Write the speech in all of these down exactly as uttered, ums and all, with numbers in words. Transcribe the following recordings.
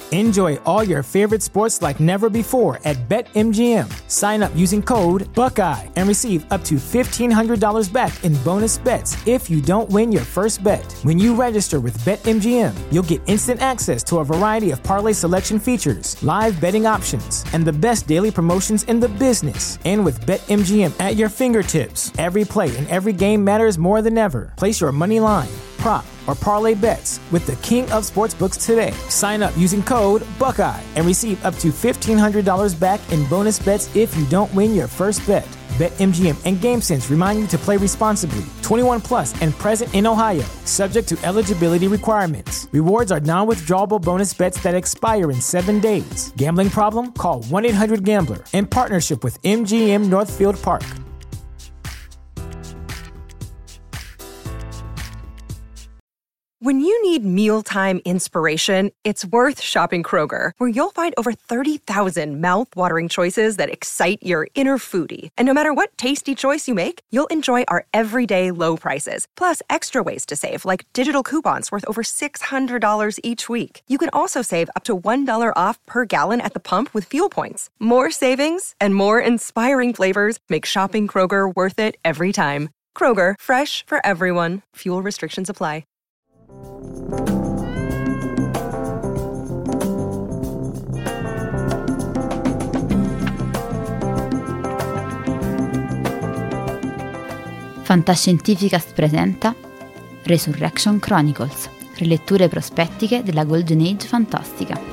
Enjoy all your favorite sports like never before at BetMGM. Sign up using code Buckeye and receive up to fifteen hundred dollars back in bonus bets if you don't win your first bet. When you register with BetMGM, you'll get instant access to a variety of parlay selection features, live betting options, and the best daily promotions in the business. And with BetMGM at your fingertips, every play and every game matters more than ever. Place your money line, prop, or parlay bets with the king of sportsbooks today. Sign up using code Buckeye and receive up to fifteen hundred dollars back in bonus bets if you don't win your first bet. BetMGM and GameSense remind you to play responsibly. twenty-one plus and present in Ohio, subject to eligibility requirements. Rewards are non-withdrawable bonus bets that expire in seven days. Gambling problem? Call one eight hundred gambler in partnership with M G M Northfield Park. When you need mealtime inspiration, it's worth shopping Kroger, where you'll find over thirty thousand mouth-watering choices that excite your inner foodie. And no matter what tasty choice you make, you'll enjoy our everyday low prices, plus extra ways to save, like digital coupons worth over six hundred dollars each week. You can also save up to one dollar off per gallon at the pump with fuel points. More savings and more inspiring flavors make shopping Kroger worth it every time. Kroger, fresh for everyone. Fuel restrictions apply. Fantascientificast presenta Resurrection Chronicles, riletture prospettiche della Golden Age fantastica.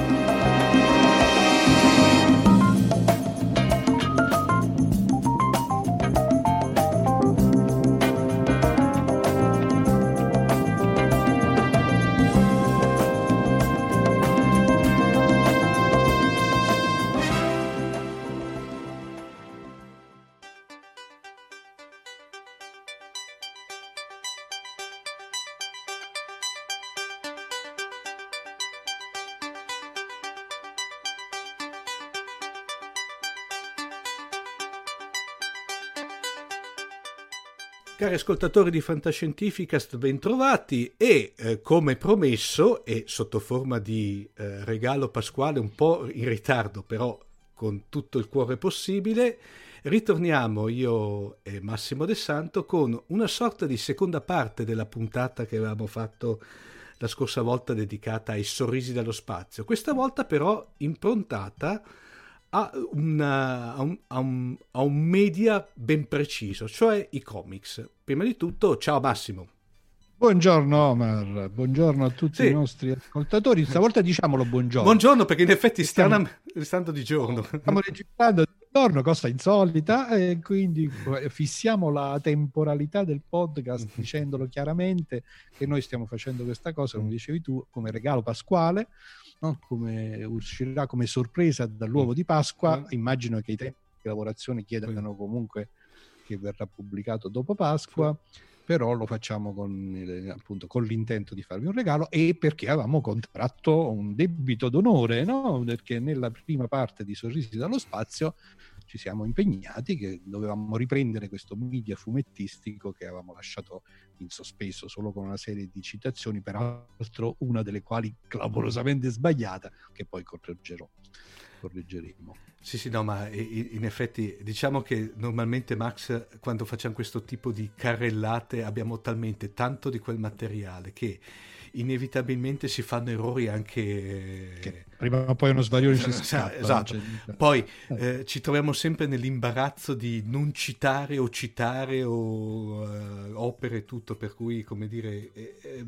Cari ascoltatori di Fantascientificast, bentrovati e eh, come promesso e sotto forma di eh, regalo pasquale un po' in ritardo, però con tutto il cuore possibile, ritorniamo io e Massimo De Santo con una sorta di seconda parte della puntata che avevamo fatto la scorsa volta dedicata ai sorrisi dallo spazio, questa volta però improntata a, una, a, un, a, un, a un media ben preciso, cioè i comics. Prima di tutto, ciao Massimo. Buongiorno Omar, buongiorno a tutti sì. i nostri ascoltatori. Stavolta diciamolo buongiorno. Buongiorno, perché in effetti stiamo stando di giorno. Stiamo registrando di giorno, cosa insolita, e quindi fissiamo la temporalità del podcast dicendolo chiaramente che noi stiamo facendo questa cosa, come dicevi tu, come regalo pasquale. No? Come uscirà come sorpresa dall'uovo di Pasqua. Immagino che i tempi di lavorazione chiedano comunque che verrà pubblicato dopo Pasqua, però lo facciamo con, appunto, con l'intento di farvi un regalo e perché avevamo contratto un debito d'onore, no? Perché nella prima parte di Sorrisi dallo spazio ci siamo impegnati che dovevamo riprendere questo media fumettistico che avevamo lasciato in sospeso solo con una serie di citazioni, peraltro una delle quali clamorosamente sbagliata, che poi correggerò, correggeremo. Sì, sì, no, ma in effetti diciamo che normalmente, Max, quando facciamo questo tipo di carrellate abbiamo talmente tanto di quel materiale che inevitabilmente si fanno errori anche che prima o poi uno svarione ci scappa. Esatto. Poi eh, ci troviamo sempre nell'imbarazzo di non citare o citare o uh, opere e tutto, per cui, come dire, eh, eh,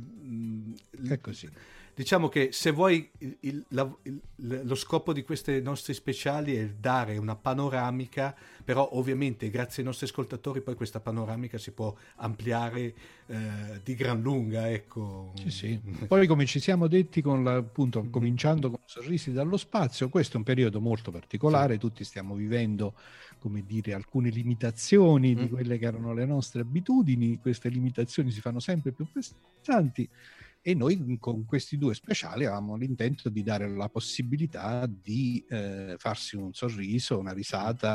è così. Diciamo che se vuoi il, il, la, il, lo scopo di questi nostri speciali è dare una panoramica, però ovviamente grazie ai nostri ascoltatori poi questa panoramica si può ampliare eh, di gran lunga, ecco. Sì, sì. Poi, come ci siamo detti, con la, appunto mm-hmm. cominciando con Sorrisi dallo spazio, questo è un periodo molto particolare, sì. Tutti stiamo vivendo, come dire, alcune limitazioni mm-hmm. di quelle che erano le nostre abitudini, queste limitazioni si fanno sempre più pesanti. E noi con questi due speciali avevamo l'intento di dare la possibilità di eh, farsi un sorriso, una risata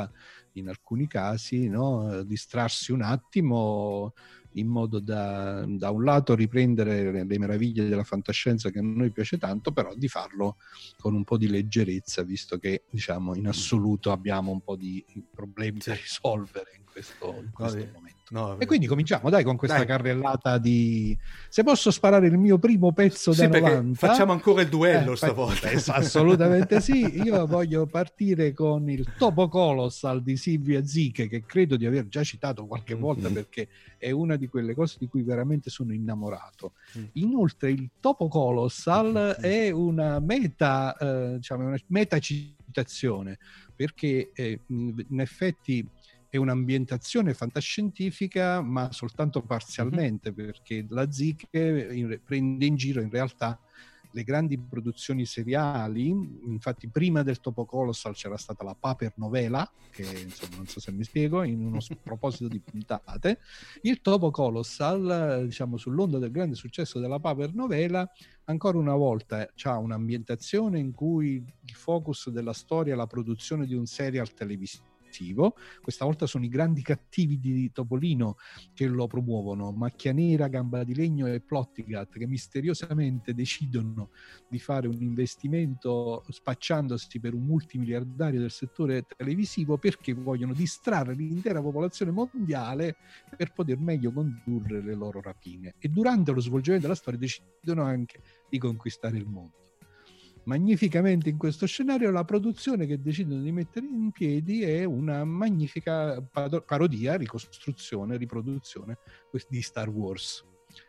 in alcuni casi, no? Distrarsi un attimo in modo da, da un lato riprendere le, le meraviglie della fantascienza che a noi piace tanto, però di farlo con un po' di leggerezza, visto che diciamo in assoluto abbiamo un po' di problemi da risolvere in questo, in questo no, momento. No, e quindi cominciamo dai con questa dai. carrellata di... Se posso sparare il mio primo pezzo sì, da novanta, facciamo ancora il duello eh, stavolta. Eh, assolutamente sì. Io voglio partire con il Topo Colossal di Silvia Ziche, che credo di aver già citato qualche mm-hmm. volta, perché è una di quelle cose di cui veramente sono innamorato. Mm. Inoltre il Topo Colossal mm-hmm. è una meta eh, diciamo una meta citazione, perché eh, in effetti è un'ambientazione fantascientifica, ma soltanto parzialmente, mm-hmm. perché la Ziche prende in giro in realtà le grandi produzioni seriali. Infatti prima del Topo Colossal c'era stata la Paper Novela, che insomma non so se mi spiego, in uno proposito di puntate. Il Topo Colossal, diciamo sull'onda del grande successo della Paper Novela, ancora una volta c'ha un'ambientazione in cui il focus della storia è la produzione di un serial televisivo. Questa volta sono i grandi cattivi di Topolino che lo promuovono, Macchia Nera, Gamba di Legno e Plottigat, che misteriosamente decidono di fare un investimento spacciandosi per un multimiliardario del settore televisivo, perché vogliono distrarre l'intera popolazione mondiale per poter meglio condurre le loro rapine, e durante lo svolgimento della storia decidono anche di conquistare il mondo. Magnificamente in questo scenario la produzione che decidono di mettere in piedi è una magnifica parodia, ricostruzione, riproduzione di Star Wars,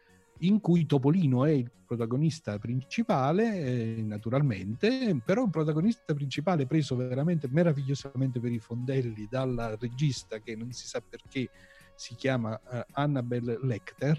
in cui Topolino è il protagonista principale, eh, naturalmente, però un protagonista principale preso veramente meravigliosamente per i fondelli dal regista che non si sa perché si chiama uh, Annabelle Lecter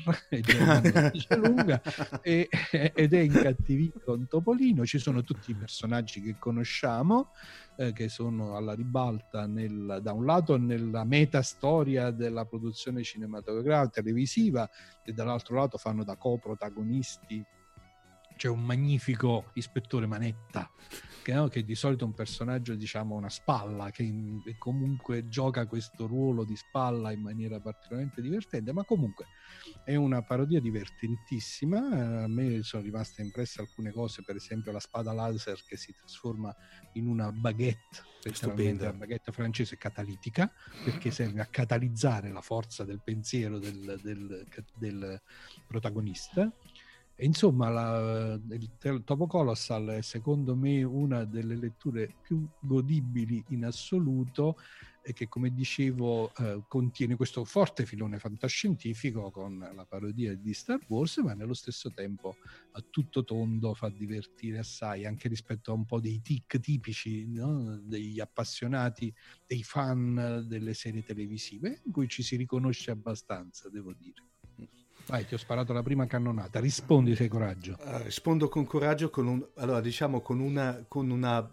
lunga, e, ed è incattivito con Topolino. Ci sono tutti i personaggi che conosciamo, eh, che sono alla ribalta nel, da un lato nella metastoria della produzione cinematografica televisiva, e dall'altro lato fanno da coprotagonisti. C'è un magnifico ispettore Manetta, che, no, che di solito è un personaggio, diciamo, una spalla, che in, comunque gioca questo ruolo di spalla in maniera particolarmente divertente, ma comunque è una parodia divertentissima. A me sono rimaste impresse alcune cose, per esempio la spada laser che si trasforma in una baguette, specialmente la baguette francese catalitica, perché serve a catalizzare la forza del pensiero del, del, del protagonista. E insomma la, il, il Topo Colossal è secondo me una delle letture più godibili in assoluto, e che, come dicevo, eh, contiene questo forte filone fantascientifico con la parodia di Star Wars, ma nello stesso tempo a tutto tondo fa divertire assai, anche rispetto a un po' dei tic tipici, no? Degli appassionati, dei fan delle serie televisive, in cui ci si riconosce abbastanza, devo dire. Vai, ti ho sparato la prima cannonata, rispondi se hai coraggio. Uh, rispondo con coraggio, con un, allora diciamo con una, con una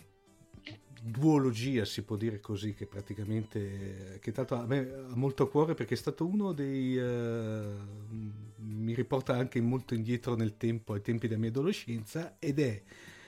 duologia, si può dire così, che praticamente, che tanto a me ha molto a cuore, perché è stato uno dei, uh, mi riporta anche molto indietro nel tempo, ai tempi della mia adolescenza, ed è,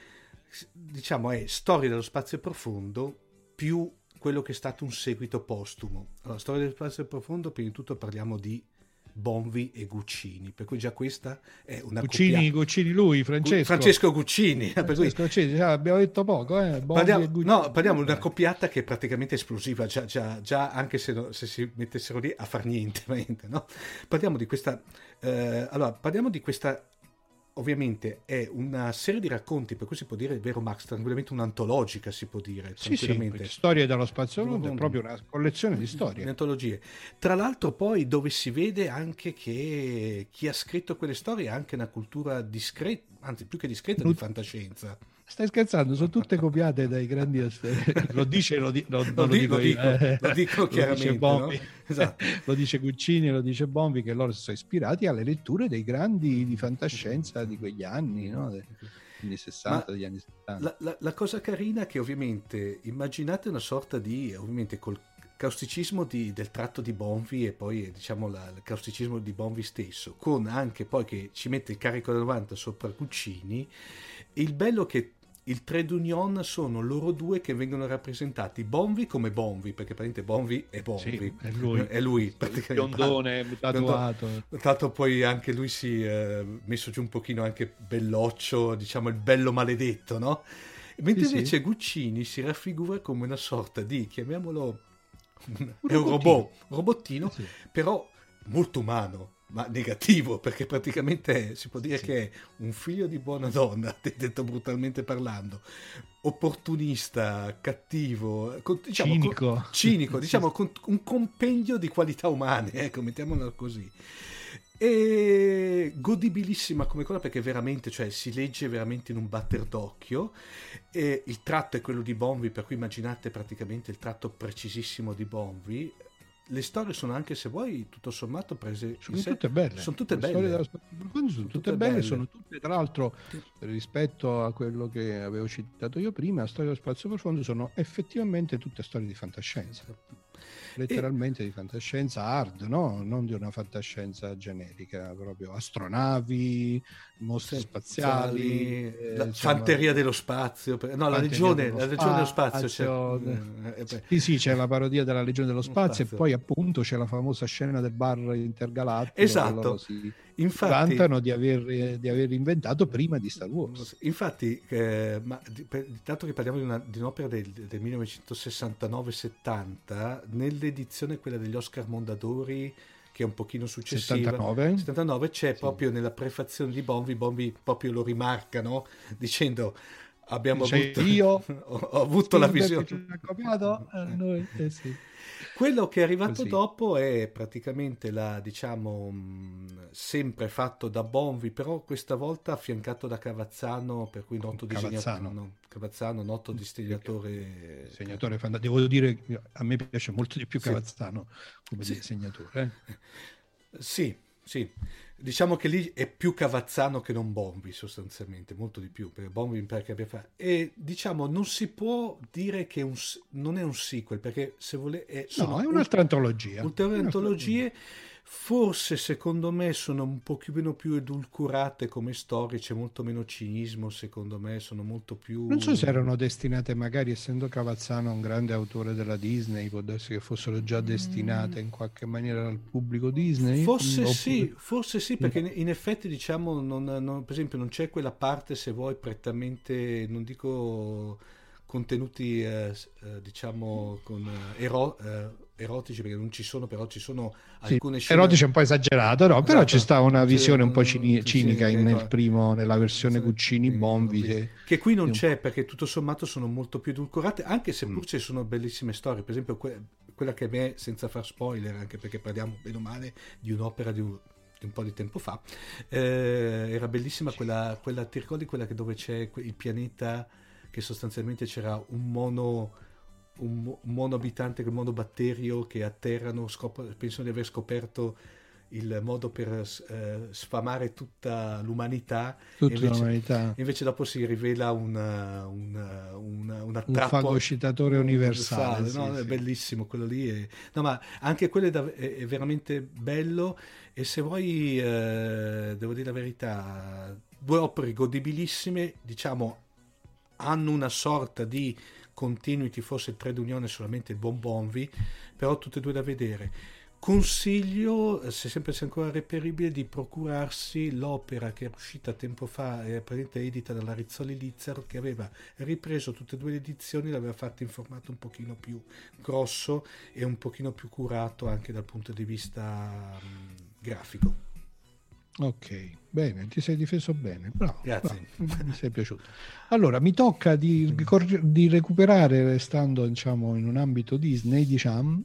diciamo, è Storia dello spazio profondo più quello che è stato un seguito postumo. Allora, Storia dello spazio profondo, prima di tutto parliamo di Bonvi e Guccini, per cui già questa è una Guccini, coppia... Guccini lui, Francesco Francesco Guccini, Francesco per cui... Guccini, cioè, abbiamo detto poco, eh? parliamo, no, parliamo di una coppiata che è praticamente esplosiva, già, già, già anche se, no, se si mettessero lì a far niente, no? Parliamo di questa eh, allora parliamo di questa ovviamente è una serie di racconti, per cui si può dire, il vero Max, tranquillamente un'antologica, si può dire, sì, sì, storie dallo spazio mondo, è proprio una collezione di storie, antologie. Tra l'altro poi dove si vede anche che chi ha scritto quelle storie ha anche una cultura discreta, anzi più che discreta, di fantascienza. Stai scherzando? Sono tutte copiate dai grandi... Lo dice, lo, di... no, lo, lo, dico lo, dico, eh. lo dico chiaramente, lo dice, no? Esatto. Lo dice Guccini, lo dice Bonvi, che loro si sono ispirati alle letture dei grandi di fantascienza di quegli anni, no? Degli anni sessanta, Ma degli anni settanta. La, la, la cosa carina è che ovviamente immaginate una sorta di, ovviamente col causticismo di, del tratto di Bonvi, e poi diciamo la, il causticismo di Bonvi stesso, con anche poi che ci mette il carico da novanta sopra Guccini. Il bello che il trade union sono loro due che vengono rappresentati Bonvi come Bonvi, perché praticamente Bonvi è Bonvi, sì, è lui, è lui praticamente. Biondone, tatuato. Tanto poi anche lui si è eh, messo giù un pochino anche belloccio, diciamo il bello maledetto, no? Mentre sì, invece sì. Guccini si raffigura come una sorta di, chiamiamolo, un, è un robot, robottino, sì. Però molto umano, ma negativo, perché praticamente si può dire sì. che è un figlio di buona donna, detto brutalmente parlando, opportunista, cattivo, con, diciamo, cinico, con, cinico diciamo con un compendio di qualità umane, ecco, mettiamola così. E godibilissima come cosa, perché veramente, cioè, si legge veramente in un batter d'occhio, e il tratto è quello di Bonvi, per cui immaginate praticamente il tratto precisissimo di Bonvi. Le storie sono, anche se vuoi, tutto sommato prese sono in sé, tutte belle, sono tutte le belle, storie dello spazio profondo sono tutte, tutte belle, belle, sono tutte, tra l'altro, rispetto a quello che avevo citato io prima, le storie dello spazio profondo sono effettivamente tutte storie di fantascienza, letteralmente e... di fantascienza hard, no? Non di una fantascienza generica, proprio astronavi, mostri sì, spaziali, eh, la insomma, fanteria dello spazio, no, la legione, la legione dello spazio, spazio c'è... Eh, sì, sì, c'è la parodia della legione dello spazio, spazio, e poi appunto c'è la famosa scena del bar intergalattico, esatto. Che loro si infatti, vantano di aver, di aver inventato prima di Star Wars. Infatti, eh, ma per, dato che parliamo di, una, di un'opera del, del millenovecentosessantanove settanta, nell'edizione quella degli Oscar Mondadori, che è un pochino successiva, settantanove, settantanove c'è sì. proprio nella prefazione di Bonvi, Bonvi proprio lo rimarcano dicendo: abbiamo cioè, avuto io ho, ho avuto la visione, ci ha copiato, eh, noi, eh, sì. Quello che è arrivato Così. dopo è praticamente la, diciamo, mh, sempre fatto da Bonvi, però questa volta affiancato da Cavazzano, per cui noto disegnatore, no, Cavazzano, noto disegnatore. Disegnatore fantastico. Devo dire, a me piace molto di più sì. Cavazzano come sì. disegnatore. Eh? Sì, sì. Diciamo che lì è più Cavazzano che non Bonvi, sostanzialmente, molto di più, perché Bonvi perché abbia fatto. E diciamo non si può dire che un, non è un sequel, perché se vuole è, sono no, è un'altra antologia. Ulteriori antologie, forse secondo me sono un pochino più edulcorate come storie, c'è molto meno cinismo, secondo me sono molto più. Non so se erano destinate, magari essendo Cavazzano un grande autore della Disney, può darsi che fossero già destinate in qualche maniera al pubblico Disney. Forse oppure... sì, forse sì, perché in effetti diciamo, non, non, per esempio non c'è quella parte, se vuoi, prettamente, non dico contenuti eh, diciamo con eh, ero, eh, erotici, perché non ci sono, però ci sono alcune sì, scene erotici è un po' esagerato, no? Esatto. Però ci sta una visione un po' cini- cinica sì, in, nel no. primo, nella versione sì, Guccini sì, Bonvi, sì. Che, che qui non che c'è, perché tutto sommato sono molto più edulcorate, anche se pur mm. ci sono bellissime storie, per esempio que- quella che a me, senza far spoiler, anche perché parliamo bene o male di un'opera di un un po' di tempo fa, eh, era bellissima quella, quella, ti ricordi quella che dove c'è il pianeta che sostanzialmente c'era un mono un, un mono abitante, un monobatterio che atterrano, scop- pensano di aver scoperto il modo per eh, sfamare tutta l'umanità, tutta invece, l'umanità. Invece dopo si rivela una, una, una, una un fagocitatore universale, universale no? Sì, È sì. bellissimo quello lì, è, no, ma anche quello è, da, è, è veramente bello, e se vuoi eh, devo dire la verità, due opere godibilissime, diciamo hanno una sorta di continuity, forse il trade unione solamente il buon Bonvi, però tutte e due da vedere. Consiglio, se sempre c'è ancora reperibile, di procurarsi l'opera che è uscita tempo fa, è praticamente edita dalla Rizzoli Lizzaro, che aveva ripreso tutte e due le edizioni, l'aveva fatta in formato un pochino più grosso e un pochino più curato anche dal punto di vista um, grafico. Ok, bene, ti sei difeso bene, bravo, grazie, bravo, mi sei piaciuto. Allora mi tocca di, di recuperare, restando diciamo in un ambito Disney, diciamo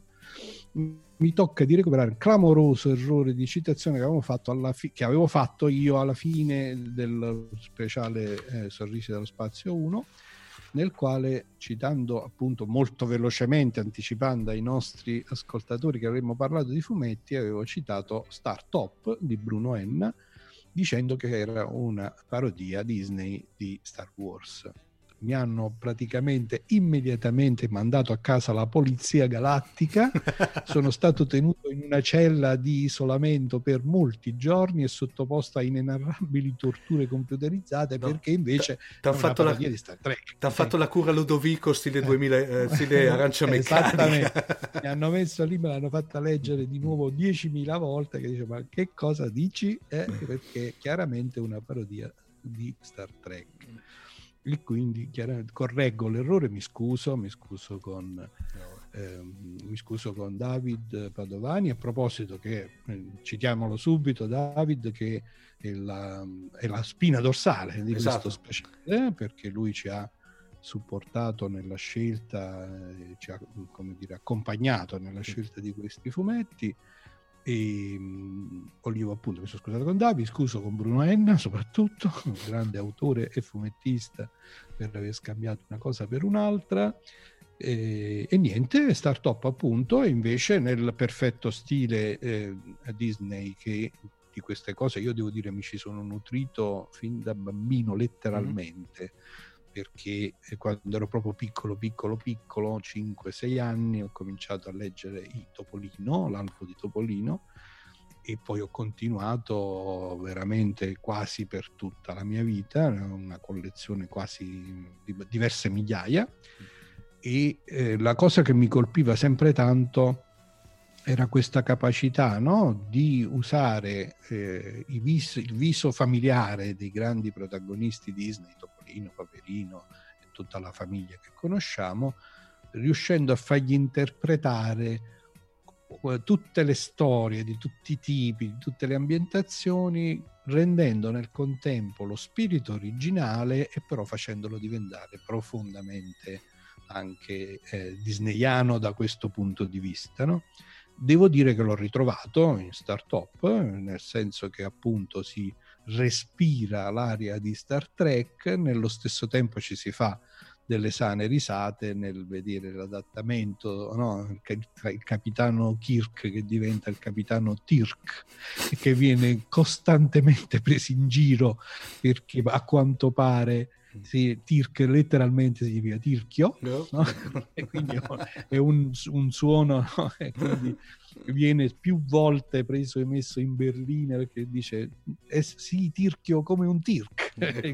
mi tocca di recuperare il clamoroso errore di citazione che avevo fatto, alla fi- che avevo fatto io alla fine del speciale eh, Sorrisi dallo Spazio uno, nel quale, citando appunto molto velocemente, anticipando ai nostri ascoltatori che avremmo parlato di fumetti, avevo citato Star Top di Bruno Enna, dicendo che era una parodia Disney di Star Wars. mi hanno praticamente immediatamente mandato a casa la polizia galattica. Sono stato tenuto in una cella di isolamento per molti giorni e sottoposto a inenarrabili torture computerizzate, no, perché invece t'han fatto la di Star Trek. T'ha fatto la cura Ludovico stile duemila, eh, stile arancia meccanica. Esattamente. Mi hanno messo lì, me l'hanno fatta leggere di nuovo diecimila volte, che dice: ma che cosa dici? Eh, perché è chiaramente una parodia di Star Trek. E quindi chiaramente correggo l'errore, mi scuso, mi scuso con eh, mi scuso con David Padovani. A proposito, che eh, citiamolo subito, David, che è la, è la spina dorsale di esatto. questo speciale, perché lui ci ha supportato nella scelta, eh, ci ha, come dire, accompagnato nella scelta di questi fumetti. E um, Olivo, appunto, mi sono scusato con Davide, scuso con Bruno Enna soprattutto, un grande autore e fumettista, per aver scambiato una cosa per un'altra. E, e niente, Startop appunto, e invece nel perfetto stile eh, Disney, che di queste cose io devo dire mi ci sono nutrito fin da bambino letteralmente, mm. perché quando ero proprio piccolo piccolo piccolo, cinque sei anni, ho cominciato a leggere i Topolino, l'albo di Topolino, e poi ho continuato veramente quasi per tutta la mia vita, una collezione quasi di diverse migliaia. E eh, la cosa che mi colpiva sempre tanto era questa capacità, no, di usare eh, i vis- il viso familiare dei grandi protagonisti Disney, Topolino, Paperino e tutta la famiglia che conosciamo, riuscendo a fargli interpretare tutte le storie di tutti i tipi, di tutte le ambientazioni, rendendo nel contempo lo spirito originale e però facendolo diventare profondamente anche eh, disneyano da questo punto di vista, no? Devo dire che l'ho ritrovato in Startop, nel senso che appunto si respira l'aria di Star Trek, nello stesso tempo ci si fa delle sane risate nel vedere l'adattamento, no? il, il capitano Kirk che diventa il capitano Tirk, che viene costantemente preso in giro perché a quanto pare sì, Tirk letteralmente significa tirchio, no? No? E quindi è un, un suono, no? E quindi viene più volte preso e messo in berlina perché dice eh, sì, tirchio come un Tirk.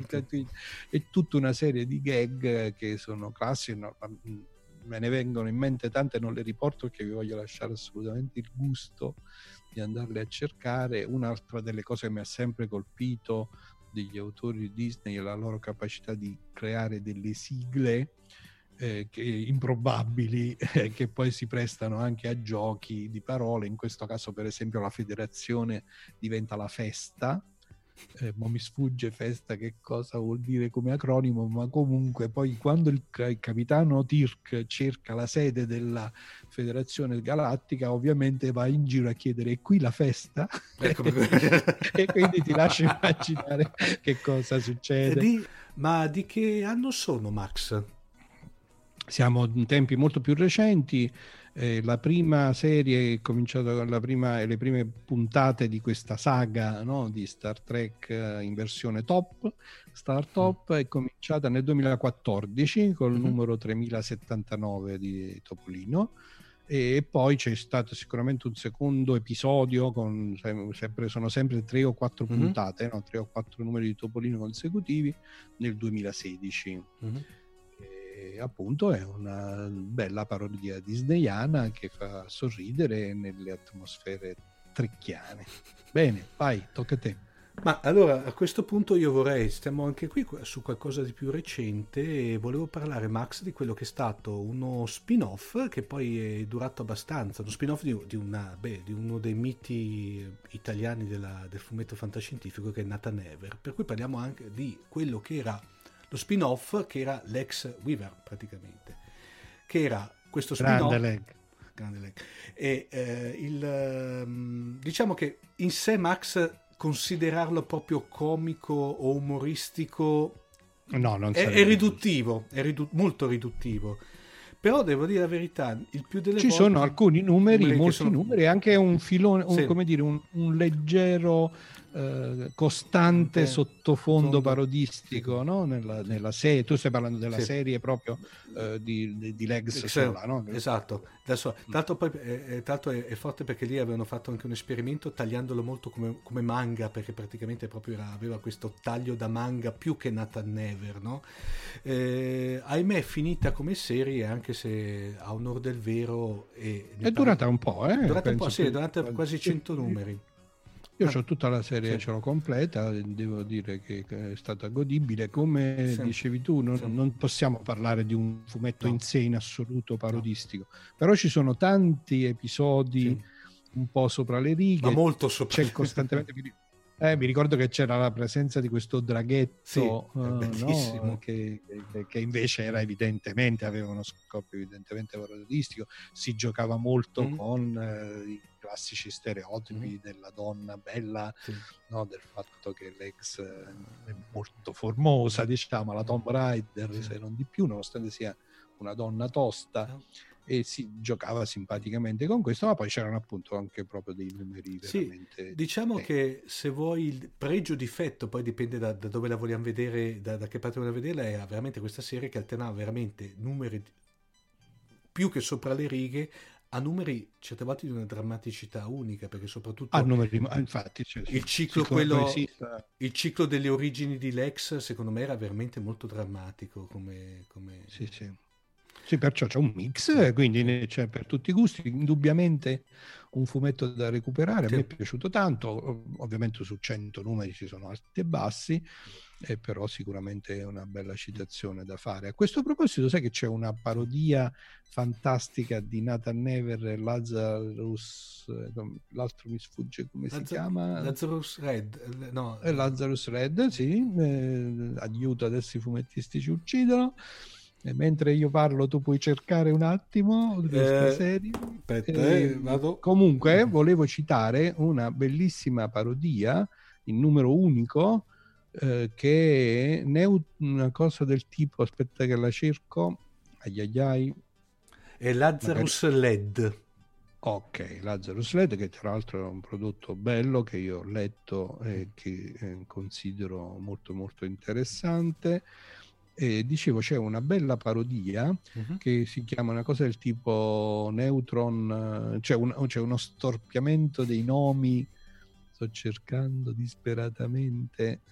È tutta una serie di gag che sono classici, no? Me ne vengono in mente tante, non le riporto perché vi voglio lasciare assolutamente il gusto di andarle a cercare. Un'altra delle cose che mi ha sempre colpito degli autori Disney è la loro capacità di creare delle sigle eh, che, improbabili eh, che poi si prestano anche a giochi di parole. In questo caso per esempio la federazione diventa la festa, eh, ma mi sfugge festa che cosa vuol dire come acronimo, ma comunque poi quando il, il capitano Tirk cerca la sede della federazione galattica ovviamente va in giro a chiedere: è qui la festa? Ecco. E quindi ti lascio immaginare che cosa succede. Di, ma di che anno sono, Max? Siamo in tempi molto più recenti. Eh, la prima serie è cominciata la prima, le prime puntate di questa saga, no, di Star Trek eh, in versione top, Star Top, mm. è cominciata nel duemilaquattordici col mm-hmm. numero tremilasettantanove di Topolino, e poi c'è stato sicuramente un secondo episodio con sempre, sono sempre tre o quattro mm-hmm. puntate, no, tre o quattro numeri di Topolino consecutivi nel duemilasedici. Mm-hmm. Appunto è una bella parodia disneyana che fa sorridere nelle atmosfere trecchiane. Bene, vai, tocca a te. Ma allora a questo punto io vorrei, stiamo anche qui su qualcosa di più recente, e volevo parlare, Max, di quello che è stato uno spin-off che poi è durato abbastanza, uno spin-off di, di, una, beh, di uno dei miti italiani della, del fumetto fantascientifico, che è Nathan Ever, per cui parliamo anche di quello che era lo spin-off, che era Lex Weaver praticamente, che era questo spin-off grande leg, grande leg. E eh, il diciamo che in sé, Max, considerarlo proprio comico o umoristico no, non è, è riduttivo, è ridu- molto riduttivo. Però devo dire la verità, il più delle ci volte sono alcuni numeri, numeri molti sono... numeri, anche un filone, un, sì. come dire, un, un leggero eh, costante Sì. sottofondo Fondo. parodistico, no? Nella, nella serie, tu stai parlando della Sì. serie proprio eh, di, di, di Legs Sì, sola, no? esatto. Adesso, tanto poi eh, tanto è, è forte perché lì avevano fatto anche un esperimento tagliandolo molto come, come manga, perché praticamente proprio era, aveva questo taglio da manga più che Nathan Never, no? Eh, ahimè è finita come serie, anche se a onor del vero e È durata un po', eh? è durata un Penso po', sì, che- è durata quasi cento numeri. Io Ah, ho tutta la serie, sì. ce l'ho completa, devo dire che che è stata godibile. Come Sì. dicevi tu, non, Sì. non possiamo parlare di un fumetto No. in sé in assoluto parodistico, però ci sono tanti episodi Sì. un po' sopra le righe, Ma molto sopra. c'è costantemente... mi ri- Eh, mi ricordo che c'era la presenza di questo draghetto, Sì, è eh, no? bellissimo. che, che- che invece era evidentemente, aveva uno scopo evidentemente parodistico, si giocava molto Mm. con eh, i classici stereotipi della donna bella, Sì. no? Del fatto che l'ex eh, è molto formosa, diciamo, la Tomb Raider, Sì. se non di più, nonostante sia una donna tosta, No. e si giocava simpaticamente con questo, ma poi c'erano appunto anche proprio dei numeri Sì, veramente... diciamo eh, che se vuoi il pregio difetto, poi dipende da, da dove la vogliamo vedere, da, da che parte vogliamo vederla, era veramente questa serie che alternava veramente numeri più che sopra le righe a numeri certe volte di una drammaticità unica, perché soprattutto Ah, numeri, ma infatti cioè, il ciclo, siccome quello, esista- il ciclo delle origini di Lex secondo me era veramente molto drammatico come, come... sì, sì. Sì, perciò c'è un mix, quindi ne- c'è per tutti i gusti, indubbiamente un fumetto da recuperare. Sì. A me è piaciuto tanto, ov- ovviamente su cento numeri ci sono alti e bassi, eh, però sicuramente è una bella citazione da fare. A questo proposito, sai che c'è una parodia fantastica di Nathan Never e Lazarus, eh, com- l'altro mi sfugge come si Lazar- chiama? Lazarus Red, eh, no, Eh, Lazarus Red, sì, eh, aiuto, adesso i fumettisti ci uccidono. E mentre io parlo tu puoi cercare un attimo questa Eh, serie. aspetta, Eh, eh, vado. Comunque volevo citare una bellissima parodia in numero unico, eh, che è neu- una cosa del tipo, aspetta che la cerco, ai ai ai. è Lazarus Led. Ok, Lazarus Led, che tra l'altro è un prodotto bello che io ho letto e che eh, considero molto molto interessante. E dicevo, c'è una bella parodia Mhm. che si chiama una cosa del tipo Neutron, eh, cioè un- c'è uno storpiamento dei nomi, sto cercando disperatamente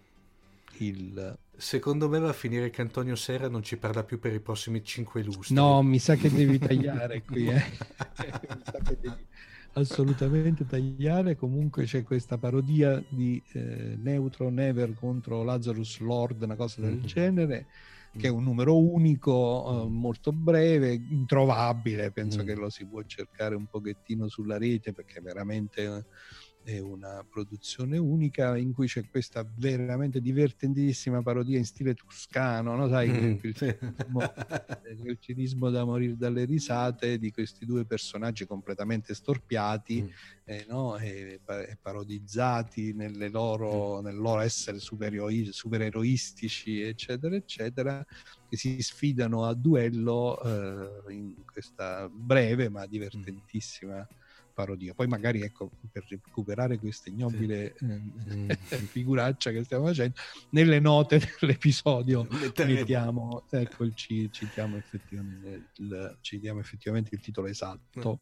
il... Secondo me va a finire che Antonio Serra non ci parla più per i prossimi cinque lustri. No, mi sa che devi tagliare qui, eh. Mi sa che devi assolutamente tagliare. Comunque c'è questa parodia di eh, Neutron Never contro Lazarus Lord, una cosa del Mhm. genere, che è un numero unico, eh, molto breve, introvabile, penso Mm. che lo si può cercare un pochettino sulla rete, perché veramente eh, è una produzione unica in cui c'è questa veramente divertentissima parodia in stile toscano, no? Sai, Mm, quel, sì. cinismo, eh, quel cinismo da morire dalle risate di questi due personaggi completamente storpiati, Mm. eh, no? e, e parodizzati nelle loro, nel loro essere supereroi, supereroistici, eccetera, eccetera, che si sfidano a duello eh, in questa breve ma divertentissima parodia. Poi magari, ecco, per recuperare questa ignobile Mm. eh, figuraccia che stiamo facendo, nelle note dell'episodio Metteremo. mettiamo, ecco, il, ci, citiamo effettivamente il, citiamo effettivamente il titolo esatto.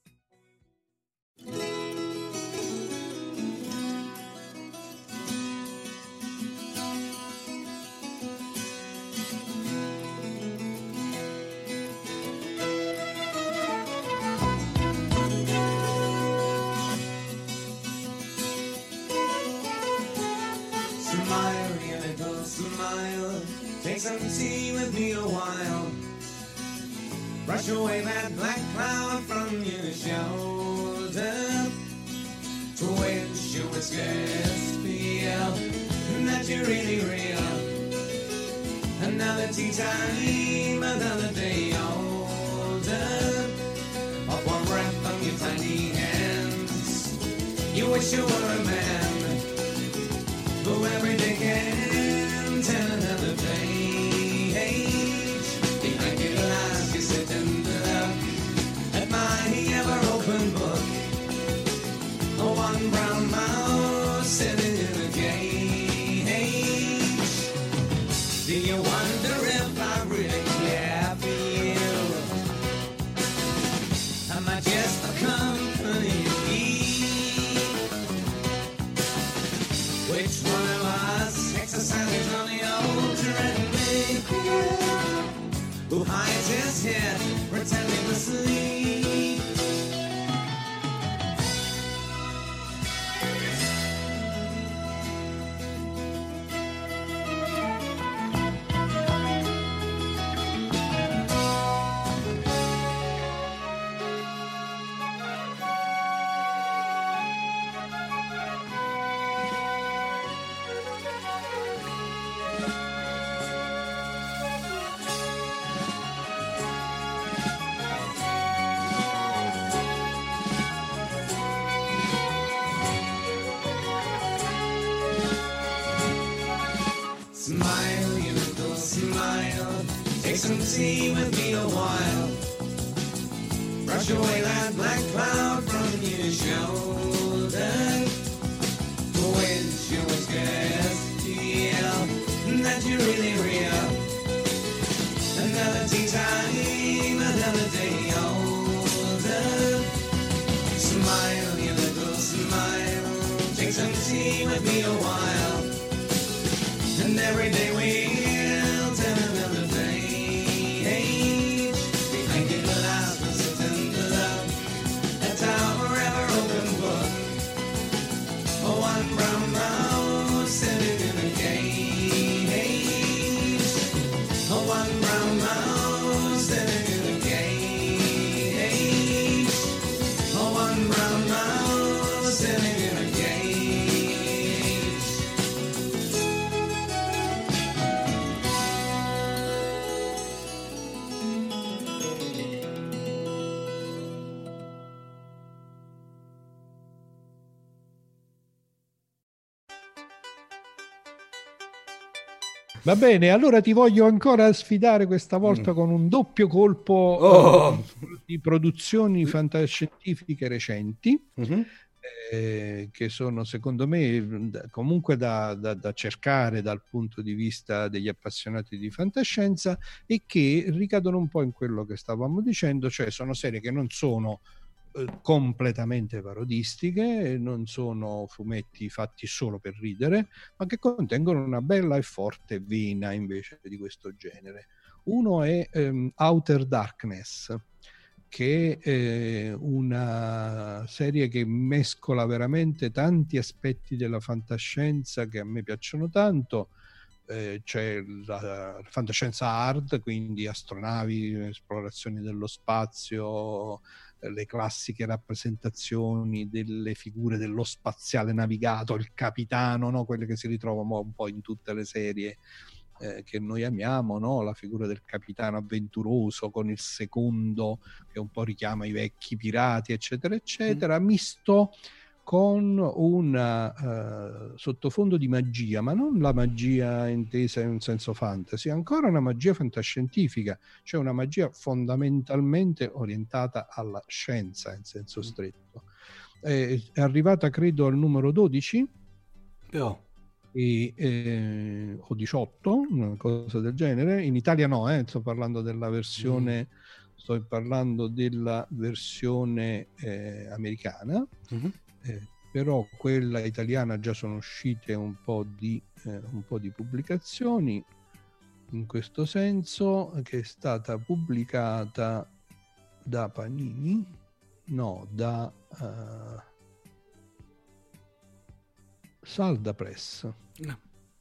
Smile, you little smile. Take some tea with me a while. Brush away that black cloud from your shoulder. Twitch your whiskers, feel that you're really real. Another tea time, another day older. Up one breath from your tiny hands. You wish you were a man who every day can tell another page. Behind your glass you sit and look at my ever-open book. A one brown mouse sitting in you wonder if I really care for you? Am I just the company you keep? Which one of us exercises on the old treadmill? Who hides his head, pretending to sleep? Smile, you little smile. Take some tea with me a while. Brush away that black cloud from your shoulder. Winch your whiskers, feel that you're really real. Another tea time, another day older. Smile, you little smile. Take some tea with me a while. And every day we'll turn another page. Behind your glass was a tender love. That's our forever open book. One brown mouse sitting in a cage. One brown mouse sitting in a cage. One brown mouse sitting in a cage. Va bene, allora ti voglio ancora sfidare questa volta mm. con un doppio colpo oh. di produzioni fantascientifiche recenti, mm-hmm. eh, che sono secondo me comunque da, da, da cercare dal punto di vista degli appassionati di fantascienza e che ricadono un po' in quello che stavamo dicendo, cioè sono serie che non sono completamente parodistiche, non sono fumetti fatti solo per ridere, ma che contengono una bella e forte vena invece di questo genere. Uno è um, Outer Darkness, che è una serie che mescola veramente tanti aspetti della fantascienza che a me piacciono tanto. Eh, c'è la fantascienza hard, quindi astronavi, esplorazioni dello spazio, le classiche rappresentazioni delle figure dello spaziale navigato, il capitano, no? Quelle che si ritrovano un po' in tutte le serie eh, che noi amiamo, no? La figura del capitano avventuroso con il secondo che un po' richiama i vecchi pirati, eccetera, eccetera, mm. misto con un uh, sottofondo di magia, ma non la magia intesa in un senso fantasy, ancora una magia fantascientifica, cioè una magia fondamentalmente orientata alla scienza in senso stretto. È, è arrivata credo al numero dodici oh. e, eh, o diciotto, una cosa del genere. In Italia no, eh, sto parlando della versione mm. sto parlando della versione eh, americana. Mm-hmm. Eh, però quella italiana già sono uscite un po' di eh, un po' di pubblicazioni in questo senso, che è stata pubblicata da Panini, no, da uh, Salda Press, no.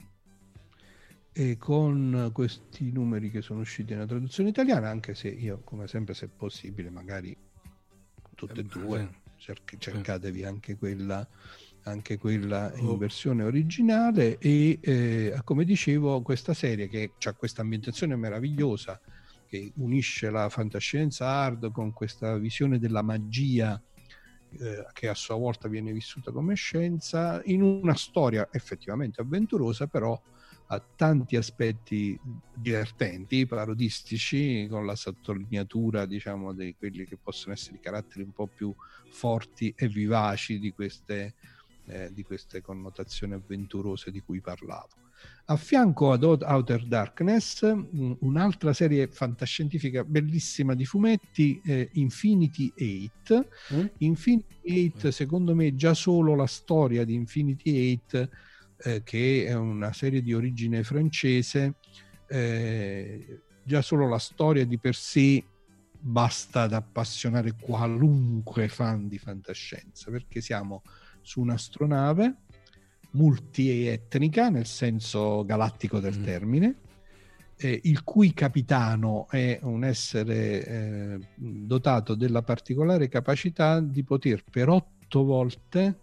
E con questi numeri che sono usciti nella traduzione italiana, anche se io, come sempre, se possibile, magari tutte e due Cerc- cercatevi anche quella, anche quella in oh. versione originale. E eh, come dicevo, questa serie che ha questa ambientazione meravigliosa che unisce la fantascienza hard con questa visione della magia eh, che a sua volta viene vissuta come scienza, in una storia effettivamente avventurosa, però ha tanti aspetti divertenti, parodistici, con la sottolineatura, diciamo, di quelli che possono essere i caratteri un po' più forti e vivaci di queste, eh, di queste connotazioni avventurose di cui parlavo. A fianco ad Outer Darkness, un'altra serie fantascientifica bellissima di fumetti, eh, Infinity Eight. Mm? Infinity Eight, secondo me, già solo la storia di Infinity Eight, eh, che è una serie di origine francese, eh, già solo la storia di per sé basta ad appassionare qualunque fan di fantascienza, perché siamo su un'astronave multietnica nel senso galattico del mm. termine, eh, il cui capitano è un essere eh, dotato della particolare capacità di poter per otto volte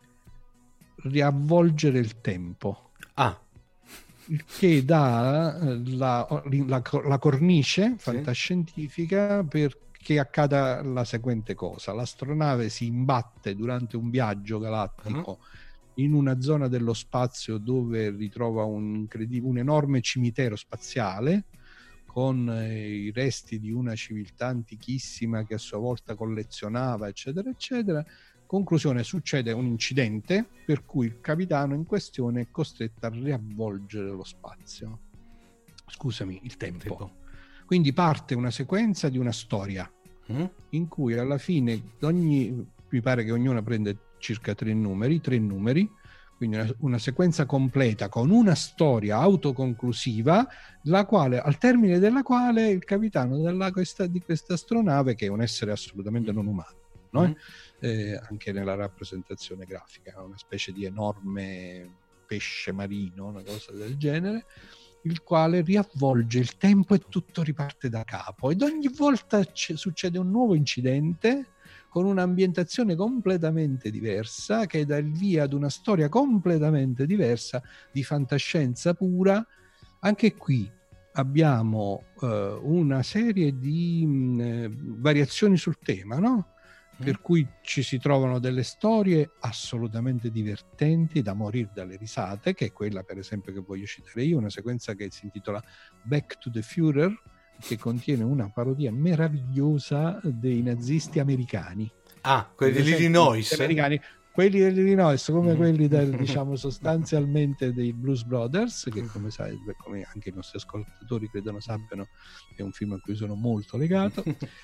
riavvolgere il tempo. Ah. Il che dà la, la, la cornice fantascientifica sì. perché accada la seguente cosa: l'astronave si imbatte durante un viaggio galattico uh-huh. in una zona dello spazio dove ritrova un, incredib- un enorme cimitero spaziale con eh, i resti di una civiltà antichissima che a sua volta collezionava, eccetera, eccetera. Conclusione, succede un incidente per cui il capitano in questione è costretto a riavvolgere lo spazio. Scusami, il tempo. tempo. Quindi parte una sequenza di una storia mm? in cui alla fine ogni, mi pare che ognuna prende circa tre numeri, tre numeri, quindi una, una sequenza completa con una storia autoconclusiva, la quale, al termine della quale il capitano della, questa, di questa astronave, che è un essere assolutamente non umano, no? Mm. Eh, anche nella rappresentazione grafica, una specie di enorme pesce marino, una cosa del genere, il quale riavvolge il tempo e tutto riparte da capo, ed ogni volta c- succede un nuovo incidente con un'ambientazione completamente diversa che dà il via ad una storia completamente diversa di fantascienza pura. Anche qui abbiamo eh, una serie di mh, variazioni sul tema, no? Per cui ci si trovano delle storie assolutamente divertenti da morire dalle risate, che è quella per esempio che voglio citare io, una sequenza che si intitola Back to the Führer, che contiene una parodia meravigliosa dei nazisti americani. Ah, quelli dell'Illinois. Americani, quelli dell'Illinois, come mm. quelli del, diciamo sostanzialmente dei Blues Brothers, che come sai, come anche i nostri ascoltatori credono sappiano, è un film a cui sono molto legato.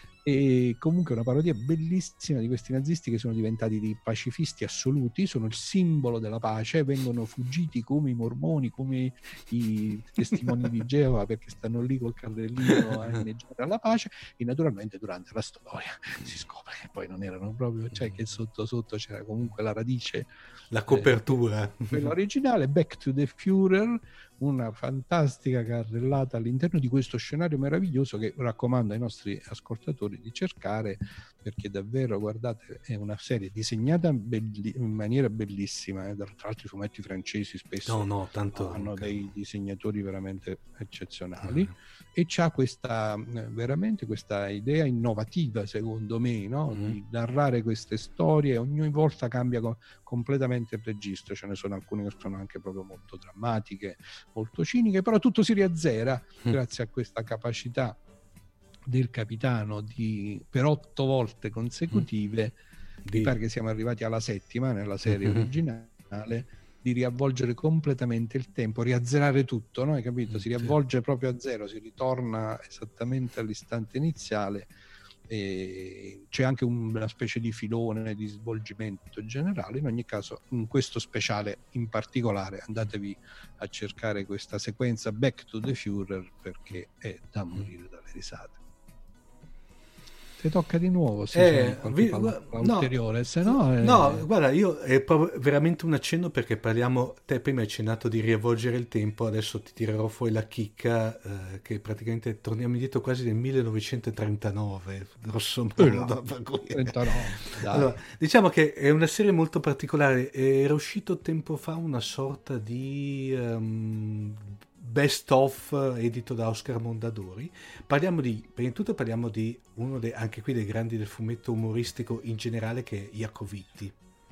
E comunque una parodia bellissima di questi nazisti che sono diventati dei pacifisti assoluti, sono il simbolo della pace, vengono fuggiti come i mormoni, come i testimoni di Geova, perché stanno lì col carrellino a inneggiare alla pace, e naturalmente durante la storia si scopre che poi non erano proprio, cioè che sotto sotto c'era comunque la radice, la copertura, eh, quella originale. Back to the Führer, una fantastica carrellata all'interno di questo scenario meraviglioso che raccomando ai nostri ascoltatori di cercare, perché davvero, guardate, è una serie disegnata belli- in maniera bellissima, eh. Tra l'altro i fumetti francesi spesso no, no, tanto hanno okay. dei disegnatori veramente eccezionali, mm. e c'ha questa veramente questa idea innovativa, secondo me, no? mm. di narrare queste storie. Ogni volta cambia co- completamente il registro, ce ne sono alcune che sono anche proprio molto drammatiche, molto ciniche, però tutto si riazzera mm. grazie a questa capacità del capitano di per otto volte consecutive, mm. di... mi pare che siamo arrivati alla settima nella serie mm-hmm. originale, di riavvolgere completamente il tempo, riazzerare tutto, no? Hai capito? Si riavvolge sì. proprio a zero, si ritorna esattamente all'istante iniziale, e c'è anche una specie di filone di svolgimento generale. In ogni caso, in questo speciale in particolare andatevi a cercare questa sequenza Back to the Führer, perché è da morire dalle risate. Ti tocca di nuovo se eh, vi, ulteriore, no, se no è... no, guarda, io è proprio veramente un accenno, perché parliamo, te prima hai accennato di riavvolgere il tempo, adesso ti tirerò fuori la chicca, eh, che praticamente torniamo indietro quasi nel millenovecentotrentanove, grosso modo. trentanove, dai. Allora, diciamo che è una serie molto particolare, era uscito tempo fa una sorta di um, best of edito da Oscar Mondadori. Parliamo di, prima di tutto parliamo di uno dei, anche qui dei grandi del fumetto umoristico in generale, che è Jaco Vitti.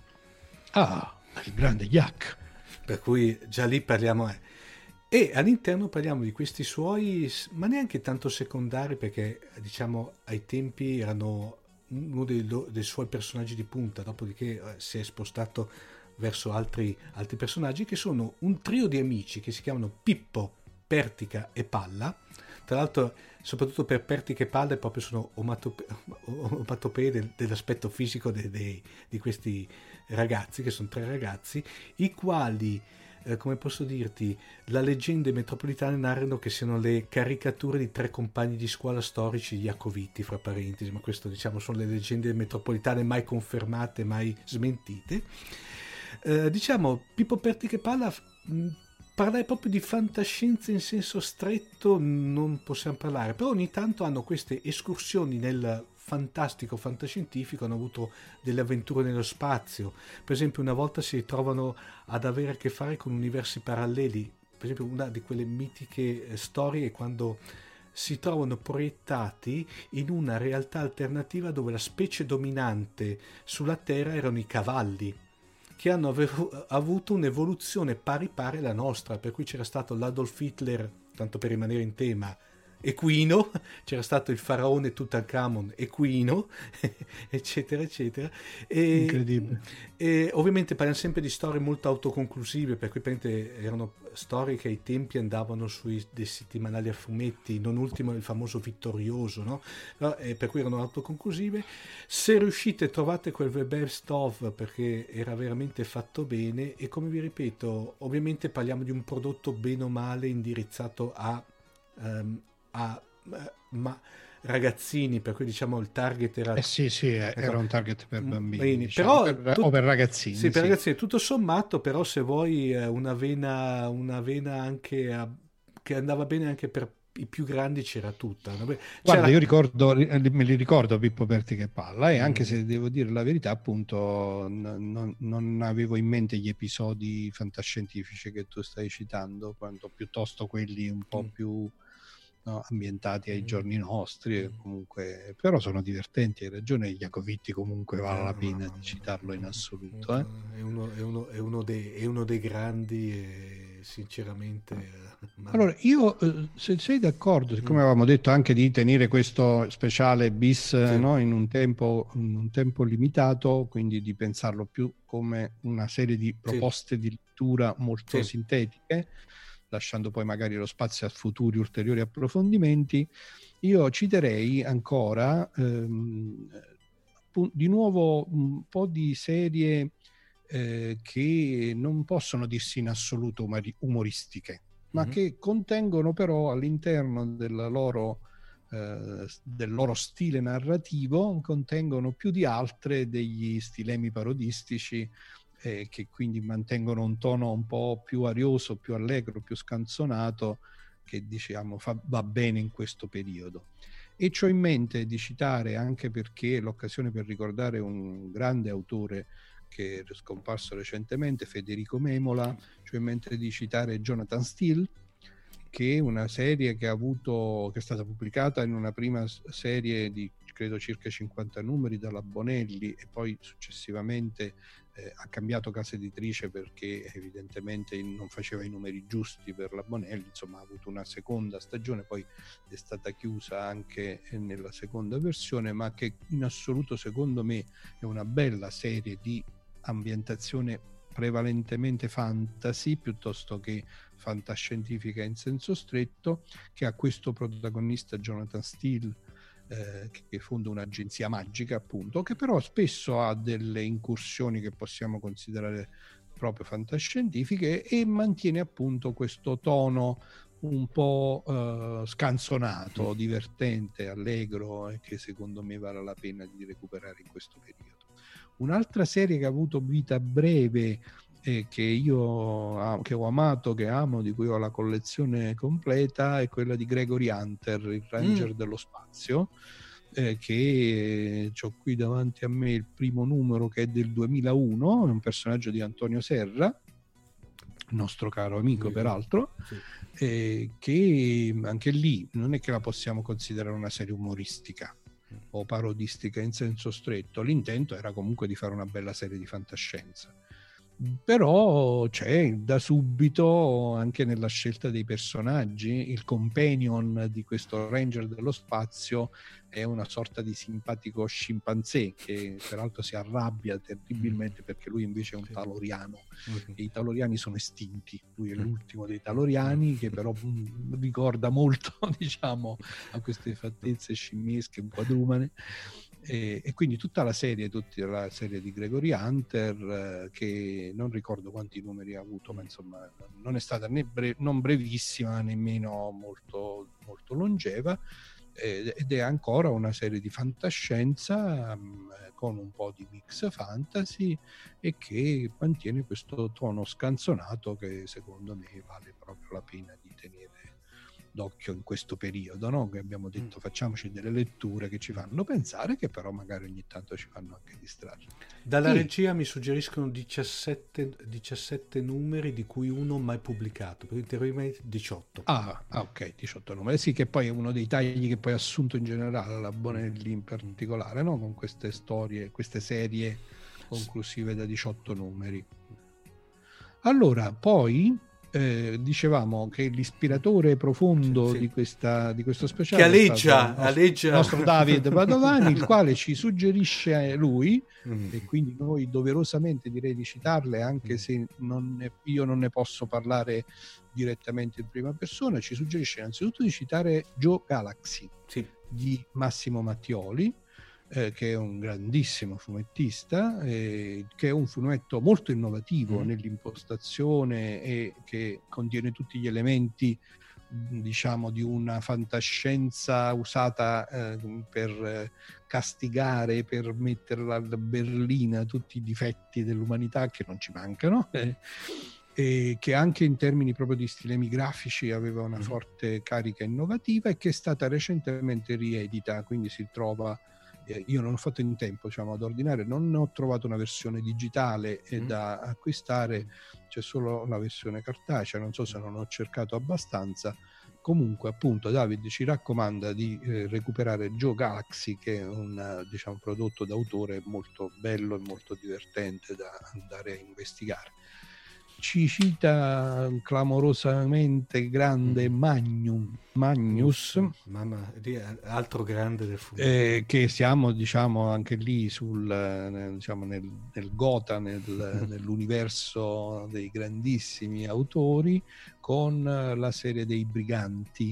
Ah, il grande Jack. Per cui già lì parliamo, eh. E all'interno parliamo di questi suoi, ma neanche tanto secondari, perché diciamo ai tempi erano uno dei, dei suoi personaggi di punta, dopodiché si è spostato verso altri, altri personaggi, che sono un trio di amici che si chiamano Pippo, Pertica e Palla. Tra l'altro, soprattutto per Pertica e Palla, proprio sono omatope- omatopee del, dell'aspetto fisico de, de, di questi ragazzi, che sono tre ragazzi, i quali, eh, come posso dirti, la leggende metropolitane narrano che siano le caricature di tre compagni di scuola storici Iacoviti, fra parentesi, ma questo diciamo sono le leggende metropolitane mai confermate, mai smentite. Eh, diciamo, Pippo, Pertica e Palla... Mh, parlare proprio di fantascienza in senso stretto non possiamo parlare, però ogni tanto hanno queste escursioni nel fantastico, fantascientifico, hanno avuto delle avventure nello spazio. Per esempio una volta si ritrovano ad avere a che fare con universi paralleli. Per esempio una di quelle mitiche storie è quando si trovano proiettati in una realtà alternativa dove la specie dominante sulla Terra erano i cavalli, che hanno avevo, avuto un'evoluzione pari pari alla nostra, per cui c'era stato l'Adolf Hitler, tanto per rimanere in tema, equino, c'era stato il faraone Tutankhamon equino, eccetera eccetera. E, incredibile. E ovviamente parliamo sempre di storie molto autoconclusive, per cui erano storie che ai tempi andavano sui dei settimanali a fumetti, non ultimo il famoso Vittorioso, no? No, e per cui erano autoconclusive. Se riuscite trovate quel The Best Of, perché era veramente fatto bene, e come vi ripeto, ovviamente parliamo di un prodotto bene o male indirizzato a um, a ma ragazzini, per cui diciamo il target era eh sì sì ecco, era un target per bambini, bambini, diciamo, però per, tut- o per ragazzini, sì, per sì. ragazzini tutto sommato, però se vuoi una vena una vena anche a, che andava bene anche per i più grandi, c'era tutta. C'era... Guarda, io ricordo, me li ricordo Pippo, Pertica e Palla, e anche mm. se devo dire la verità, appunto, non, non avevo in mente gli episodi fantascientifici che tu stai citando, quanto piuttosto quelli un po' mm. più no, ambientati ai giorni nostri, mm. comunque, però sono divertenti, hai ragione, Iacoviti comunque vale la pena di citarlo in assoluto. Eh? È, uno, è, uno, è, uno dei, è uno dei grandi e sinceramente... Ma... Allora, io, se sei d'accordo, siccome avevamo detto anche di tenere questo speciale bis sì. no, in, un tempo, in un tempo limitato, quindi di pensarlo più come una serie di proposte sì. di lettura molto sì. sintetiche, lasciando poi magari lo spazio a futuri ulteriori approfondimenti, io citerei ancora ehm, di nuovo un po' di serie eh, che non possono dirsi in assoluto umoristiche, ma mm-hmm. che contengono però all'interno della loro, eh, del loro stile narrativo, contengono più di altre degli stilemi parodistici eh, che quindi mantengono un tono un po' più arioso, più allegro, più scanzonato, che diciamo fa, va bene in questo periodo. E c'ho in mente di citare, anche perché è l'occasione per ricordare un grande autore che è scomparso recentemente, Federico Memola, c'ho in mente di citare Jonathan Steele, che è una serie che ha avuto, che è stata pubblicata in una prima serie di credo circa cinquanta numeri dalla Bonelli, e poi successivamente eh, ha cambiato casa editrice perché evidentemente non faceva i numeri giusti per la Bonelli, insomma ha avuto una seconda stagione, poi è stata chiusa anche nella seconda versione, ma che in assoluto secondo me è una bella serie di ambientazione prevalentemente fantasy piuttosto che fantascientifica in senso stretto, che ha questo protagonista Jonathan Steele eh, che fonda un'agenzia magica, appunto, che però spesso ha delle incursioni che possiamo considerare proprio fantascientifiche e mantiene appunto questo tono un po' eh, scanzonato, divertente, allegro, e che secondo me vale la pena di recuperare in questo periodo. Un'altra serie che ha avuto vita breve e che io che ho amato, che amo, di cui ho la collezione completa, è quella di Gregory Hunter, il Ranger mm. dello spazio, eh, che ho qui davanti a me il primo numero, che è del duemilauno, è un personaggio di Antonio Serra, nostro caro amico sì, peraltro, sì. Eh, che anche lì non è che la possiamo considerare una serie umoristica o parodistica in senso stretto, l'intento era comunque di fare una bella serie di fantascienza. Però c'è da subito anche nella scelta dei personaggi. Il companion di questo ranger dello spazio è una sorta di simpatico scimpanzé che peraltro si arrabbia terribilmente perché lui invece è un taloriano e i taloriani sono estinti, lui è l'ultimo dei taloriani, che però mh, ricorda molto diciamo a queste fattezze scimmiesche un quadrumane. E, e quindi tutta la serie, tutta la serie di Gregory Hunter, eh, che non ricordo quanti numeri ha avuto, ma insomma non è stata né bre- non brevissima nemmeno molto, molto longeva, eh, ed è ancora una serie di fantascienza um, con un po' di mix fantasy e che mantiene questo tono scanzonato che secondo me vale proprio la pena di tenere d'occhio in questo periodo, no? Che abbiamo detto facciamoci delle letture che ci fanno pensare, che però magari ogni tanto ci fanno anche distrarre. Dalla e... regia mi suggeriscono diciassette, diciassette numeri, di cui uno mai pubblicato, per teoricamente diciotto. Ah, ah, ok, diciotto numeri. Sì, che poi è uno dei tagli che poi ha assunto in generale la Bonelli in particolare, no? Con queste storie, queste serie conclusive da diciotto numeri. Allora, poi Eh, dicevamo che l'ispiratore profondo sì. di, questa, di questo speciale che aleggia, il nostro, aleggia. il nostro David Padovani, il quale ci suggerisce lui mm. e quindi noi doverosamente direi di citarle, anche mm. se non ne, io non ne posso parlare direttamente in prima persona. Ci suggerisce innanzitutto di citare Joe Galaxy sì. di Massimo Mattioli, Eh, che è un grandissimo fumettista, eh, che è un fumetto molto innovativo mm. nell'impostazione e che contiene tutti gli elementi, diciamo, di una fantascienza usata eh, per eh, castigare, per mettere alla berlina tutti i difetti dell'umanità che non ci mancano, eh, e che anche in termini proprio di stilemi grafici aveva una mm. forte carica innovativa e che è stata recentemente riedita, quindi si trova. Io non ho fatto in tempo, diciamo, ad ordinare, non ho trovato una versione digitale mm. da acquistare, c'è solo la versione cartacea, non so se non ho cercato abbastanza. Comunque appunto David ci raccomanda di eh, recuperare Joe Galaxy, che è un diciamo, prodotto d'autore molto bello e molto divertente da andare a investigare. Ci cita clamorosamente grande Magnum, Magnus, mamma, altro grande del fumetto, eh, che siamo diciamo anche lì sul nel, diciamo, nel, nel Gotha, nel, nell'universo dei grandissimi autori, con la serie dei Briganti,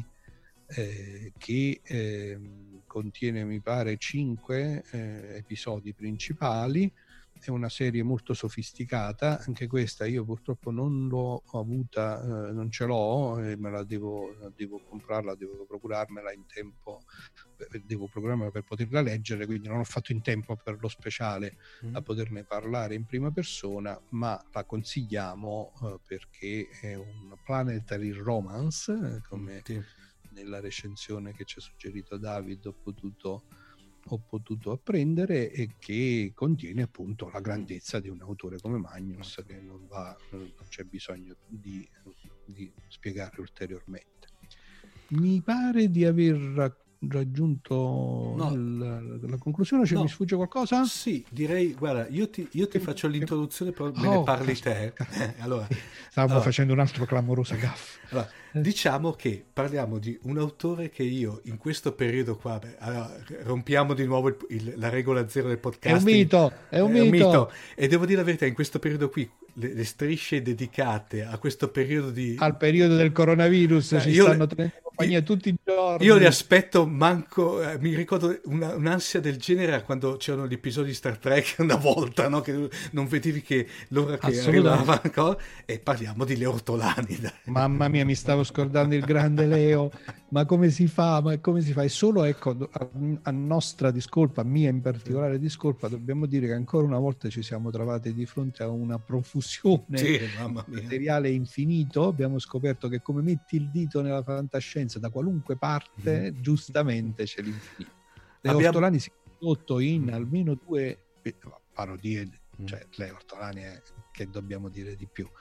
eh, che eh, contiene mi pare cinque eh, episodi principali. È una serie molto sofisticata, anche questa io purtroppo non l'ho avuta, eh, non ce l'ho e me la devo, devo comprarla, devo procurarmela in tempo, devo procurarmela per poterla leggere, quindi non ho fatto in tempo per lo speciale mm. a poterne parlare in prima persona, ma la consigliamo eh, perché è un planetary romance, eh, come sì. nella recensione che ci ha suggerito David ho potuto ho potuto apprendere, e che contiene appunto la grandezza di un autore come Magnus, che non va, non c'è bisogno di, di spiegare ulteriormente. Mi pare di aver raggiunto no. il, la conclusione, cioè no. mi sfugge qualcosa? Sì, direi, guarda, io ti, io ti faccio l'introduzione, però me oh, ne parli te. allora, Stavamo allora, facendo un altro clamoroso gaff. Allora, diciamo che parliamo di un autore che io in questo periodo qua, beh, allora, rompiamo di nuovo il, il, la regola zero del podcast. È un mito, è un, è un mito. mito. E devo dire la verità, in questo periodo qui, le, le strisce dedicate a questo periodo di... Al periodo del coronavirus, eh, ci stanno le... tenendo compagnia tutti i giorni. Io li aspetto, manco, eh, mi ricordo una, un'ansia del genere quando c'erano gli episodi di Star Trek una volta, no? Che non vedevi che l'ora che arrivava ancora, e parliamo di Leo Ortolani. Mamma mia, mi stavo scordando il grande Leo, ma come si fa? Ma come si fa? E solo, ecco, a, a nostra discolpa, mia in particolare discolpa, dobbiamo dire che ancora una volta ci siamo trovati di fronte a una profusione sì, mamma mia. materiale infinito. Abbiamo scoperto che come metti il dito nella fantascienza da qualunque parte, mm. giustamente c'è l'infinito. Leo Abbiamo... Ortolani si è prodotto in almeno due parodie, mm. cioè Leo Ortolani è, che dobbiamo dire di più,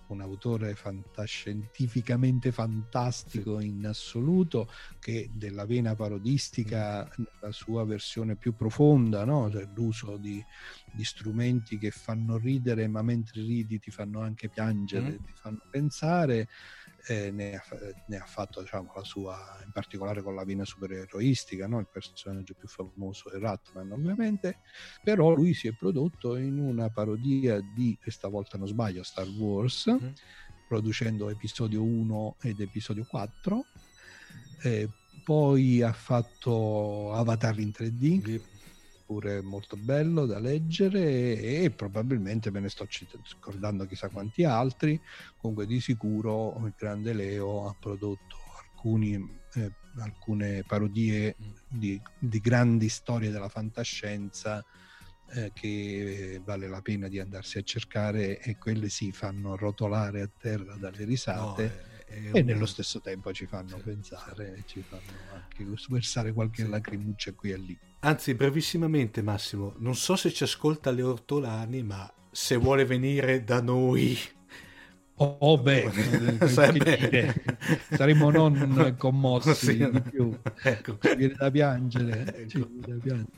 un autore fantascientificamente fantastico in assoluto, che della vena parodistica nella sua versione più profonda, no? Cioè, l'uso di, di strumenti che fanno ridere, ma mentre ridi ti fanno anche piangere, mm. ti fanno pensare. Eh, ne, ha, ne ha fatto, diciamo, la sua, in particolare con la vena supereroistica, no? Il personaggio più famoso è Ratman, ovviamente, però lui si è prodotto in una parodia di, questa volta non sbaglio, Star Wars, mm. producendo episodio uno ed episodio quattro, eh, poi ha fatto Avatar in tre D, mm. pure molto bello da leggere, e, e probabilmente me ne sto scordando chissà quanti altri. Comunque di sicuro il grande Leo ha prodotto alcuni, eh, alcune parodie di, di grandi storie della fantascienza eh, che vale la pena di andarsi a cercare, e quelle si fanno rotolare a terra dalle risate. No, è... e un... nello stesso tempo ci fanno sì, pensare, sì. ci fanno anche versare qualche sì. lacrimuccia qui e lì. Anzi, brevissimamente, Massimo, non so se ci ascolta Leo Ortolani, ma se vuole venire da noi, oh, oh beh, dire, saremmo non commossi sì, di più, ecco. Ci viene da piangere, ecco. ci viene da piangere.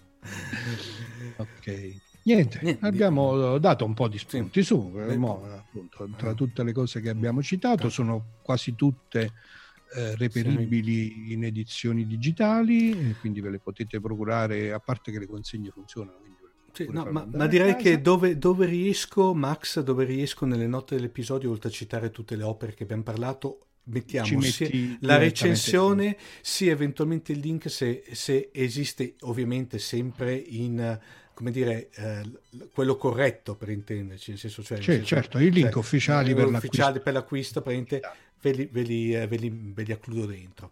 Ok. Niente, Niente, abbiamo dato un po' di spunti sì. su, mo, appunto, tra tutte le cose che abbiamo citato, sono quasi tutte eh, reperibili sì. in edizioni digitali, e quindi ve le potete procurare, a parte che le consegne funzionano. Sì, no, ma, ma direi che dove, dove riesco, Max, dove riesco nelle note dell'episodio, oltre a citare tutte le opere che abbiamo parlato, mettiamo sia la recensione, sia eventualmente il link, se, se esiste, ovviamente sempre in... come dire, eh, quello corretto, per intenderci, nel senso, cioè, cioè nel senso, certo, i link cioè, ufficiali, per, ufficiali l'acquisto. per l'acquisto, per ve li, ve, li, ve, li, ve li accludo dentro.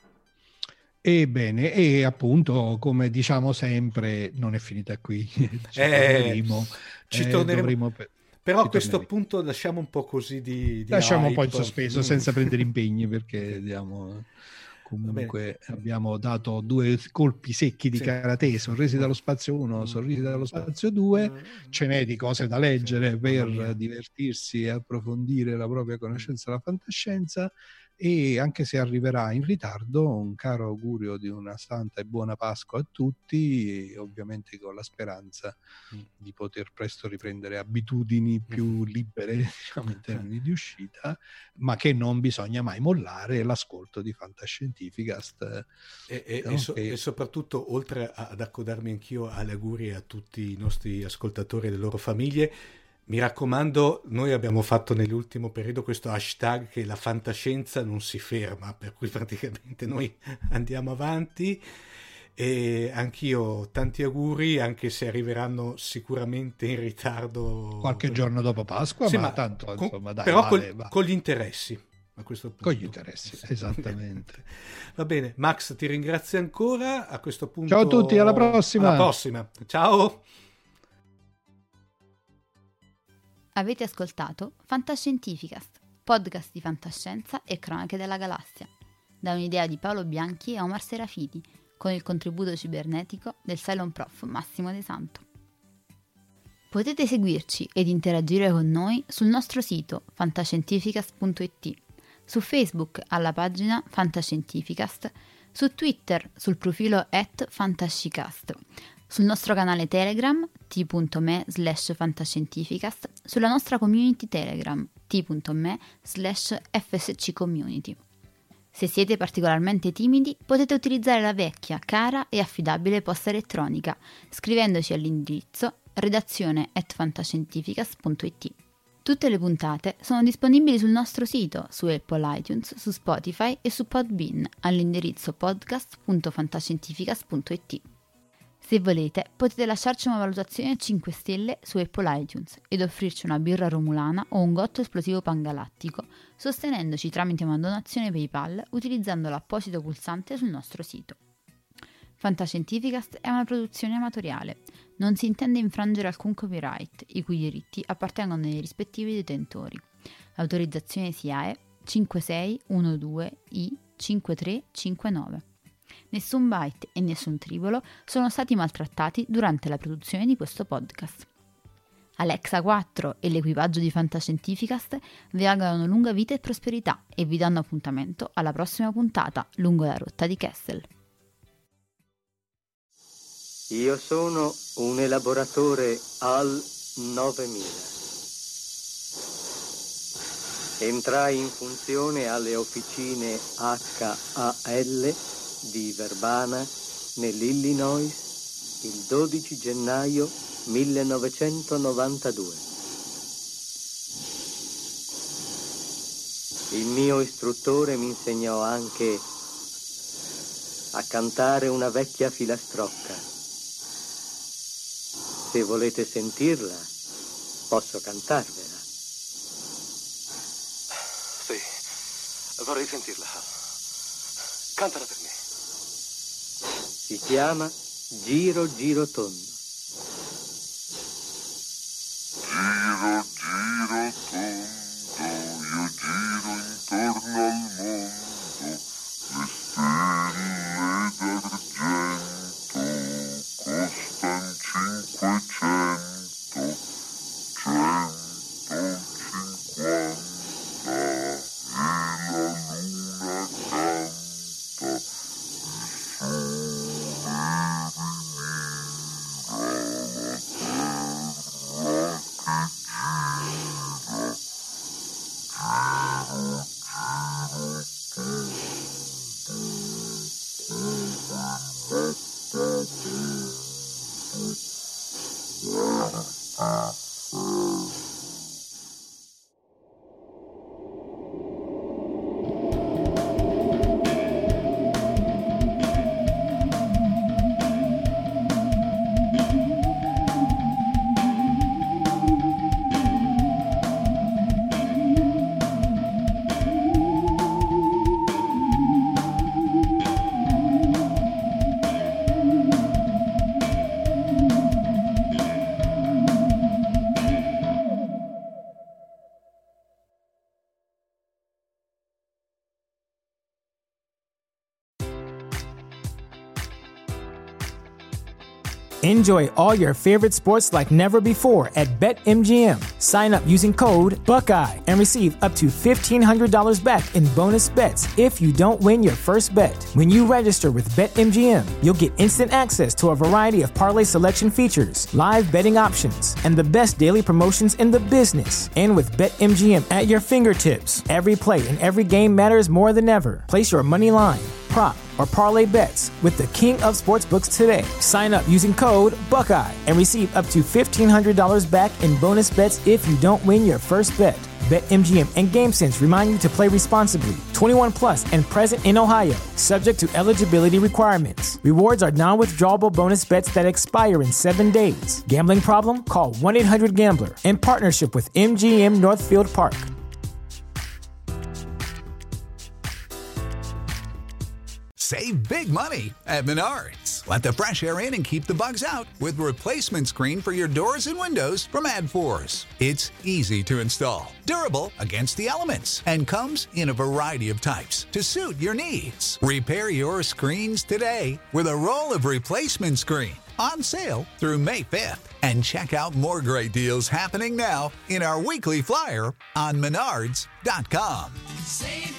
Ebbene, e appunto, come diciamo sempre, non è finita qui, ci eh, torneremo, ci eh, torneremo. Per... Però ci a questo torneremo. punto lasciamo un po' così di, di lasciamo hype. un po' in sospeso, mm. senza prendere impegni, perché diamo... Comunque abbiamo dato due colpi secchi di sì. karate, Sorrisi dallo spazio uno, Sorrisi dallo spazio due, ce n'è di cose da leggere per divertirsi e approfondire la propria conoscenza della fantascienza, e anche se arriverà in ritardo, un caro augurio di una santa e buona Pasqua a tutti, ovviamente con la speranza di poter presto riprendere abitudini più libere, diciamo, in termini di uscita, ma che non bisogna mai mollare l'ascolto di Fantascientificast. E, e, no? e, so, e soprattutto, oltre ad accodarmi anch'io agli auguri a tutti i nostri ascoltatori e le loro famiglie, mi raccomando, noi abbiamo fatto nell'ultimo periodo questo hashtag che la fantascienza non si ferma, per cui praticamente noi andiamo avanti, e anch'io tanti auguri, anche se arriveranno sicuramente in ritardo qualche giorno dopo Pasqua, sì, ma, ma tanto con, insomma dai, però vale, col, vale. con gli interessi a questo punto. Con gli interessi, esattamente. Va bene, Max, ti ringrazio ancora. A questo punto ciao a tutti, alla prossima. Alla prossima. Ciao. Avete ascoltato Fantascientificast, podcast di fantascienza e cronache della galassia, da un'idea di Paolo Bianchi e Omar Serafiti, con il contributo cibernetico del Cylon Prof Massimo De Santo. Potete seguirci ed interagire con noi sul nostro sito fantascientificast punto it, su Facebook alla pagina Fantascientificast, su Twitter sul profilo at fantascicast, sul nostro canale Telegram t.me slash fantascientificast, sulla nostra community Telegram t.me slash fsccommunity. Se siete particolarmente timidi, potete utilizzare la vecchia, cara e affidabile posta elettronica, scrivendoci all'indirizzo redazione at fantascientificast punto it. Tutte le puntate sono disponibili sul nostro sito, su Apple iTunes, su Spotify e su Podbean, all'indirizzo podcast punto fantascientificast punto it. Se volete, potete lasciarci una valutazione a cinque stelle su Apple iTunes ed offrirci una birra romulana o un gotto esplosivo pangalattico, sostenendoci tramite una donazione PayPal utilizzando l'apposito pulsante sul nostro sito. Fantascientificast è una produzione amatoriale. Non si intende infrangere alcun copyright, i cui diritti appartengono ai rispettivi detentori. L'autorizzazione S I A E cinque sei uno due I cinque tre cinque nove. Nessun byte e nessun tribolo sono stati maltrattati durante la produzione di questo podcast. Alexa quattro e l'equipaggio di Fantascientificast vi augurano lunga vita e prosperità e vi danno appuntamento alla prossima puntata lungo la rotta di Kessel. Io sono un elaboratore A L novemila. Entrai in funzione alle officine H A L di Verbana, nell'Illinois, il dodici gennaio millenovecentonovantadue. Il mio istruttore mi insegnò anche a cantare una vecchia filastrocca. Se volete sentirla, posso cantarvela. Sì, vorrei sentirla. Cantala per me. Si chiama Giro Giro Tondo. Giro, giro tondo, io giro intorno al mondo, le stelle d'argento costan cinquecento, centocinquanta e la luna canta, il Enjoy all your favorite sports like never before at BetMGM. Sign up using code Buckeye and receive up to fifteen hundred dollars back in bonus bets if you don't win your first bet. When you register with BetMGM, you'll get instant access to a variety of parlay selection features, live betting options, and the best daily promotions in the business. And with BetMGM at your fingertips, every play and every game matters more than ever. Place your money line, prop, or parlay bets with the king of sportsbooks today. Sign up using code Buckeye and receive up to fifteen hundred dollars back in bonus bets if you don't win your first bet. BetMGM and GameSense remind you to play responsibly. twenty-one plus and present in Ohio, subject to eligibility requirements. Rewards are non-withdrawable bonus bets that expire in seven days. Gambling problem? Call one eight hundred gambler. In partnership with M G M Northfield Park. Save big money at Menards. Let the fresh air in and keep the bugs out with replacement screen for your doors and windows from AdForce. It's easy to install, durable against the elements, and comes in a variety of types to suit your needs. Repair your screens today with a roll of replacement screen on sale through May fifth. And check out more great deals happening now in our weekly flyer on menards dot com. Save